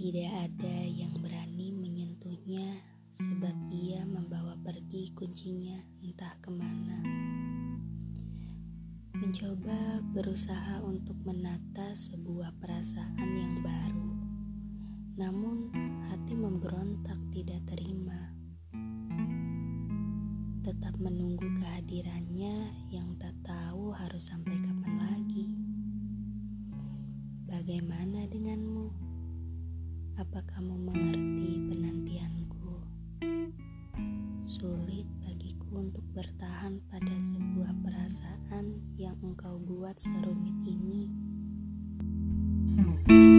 Tidak ada yang berani menyentuhnya sebab ia membawa pergi kuncinya entah kemana. Mencoba berusaha untuk menata sebuah perasaan yang baru, namun hati memberontak tidak terima. Tetap menunggu kehadirannya yang tak tahu harus sampai kapan lagi. Bagaimana denganmu? Apa kamu mengerti penantianku? Sulit bagiku untuk bertahan pada sebuah perasaan yang engkau buat serumit ini.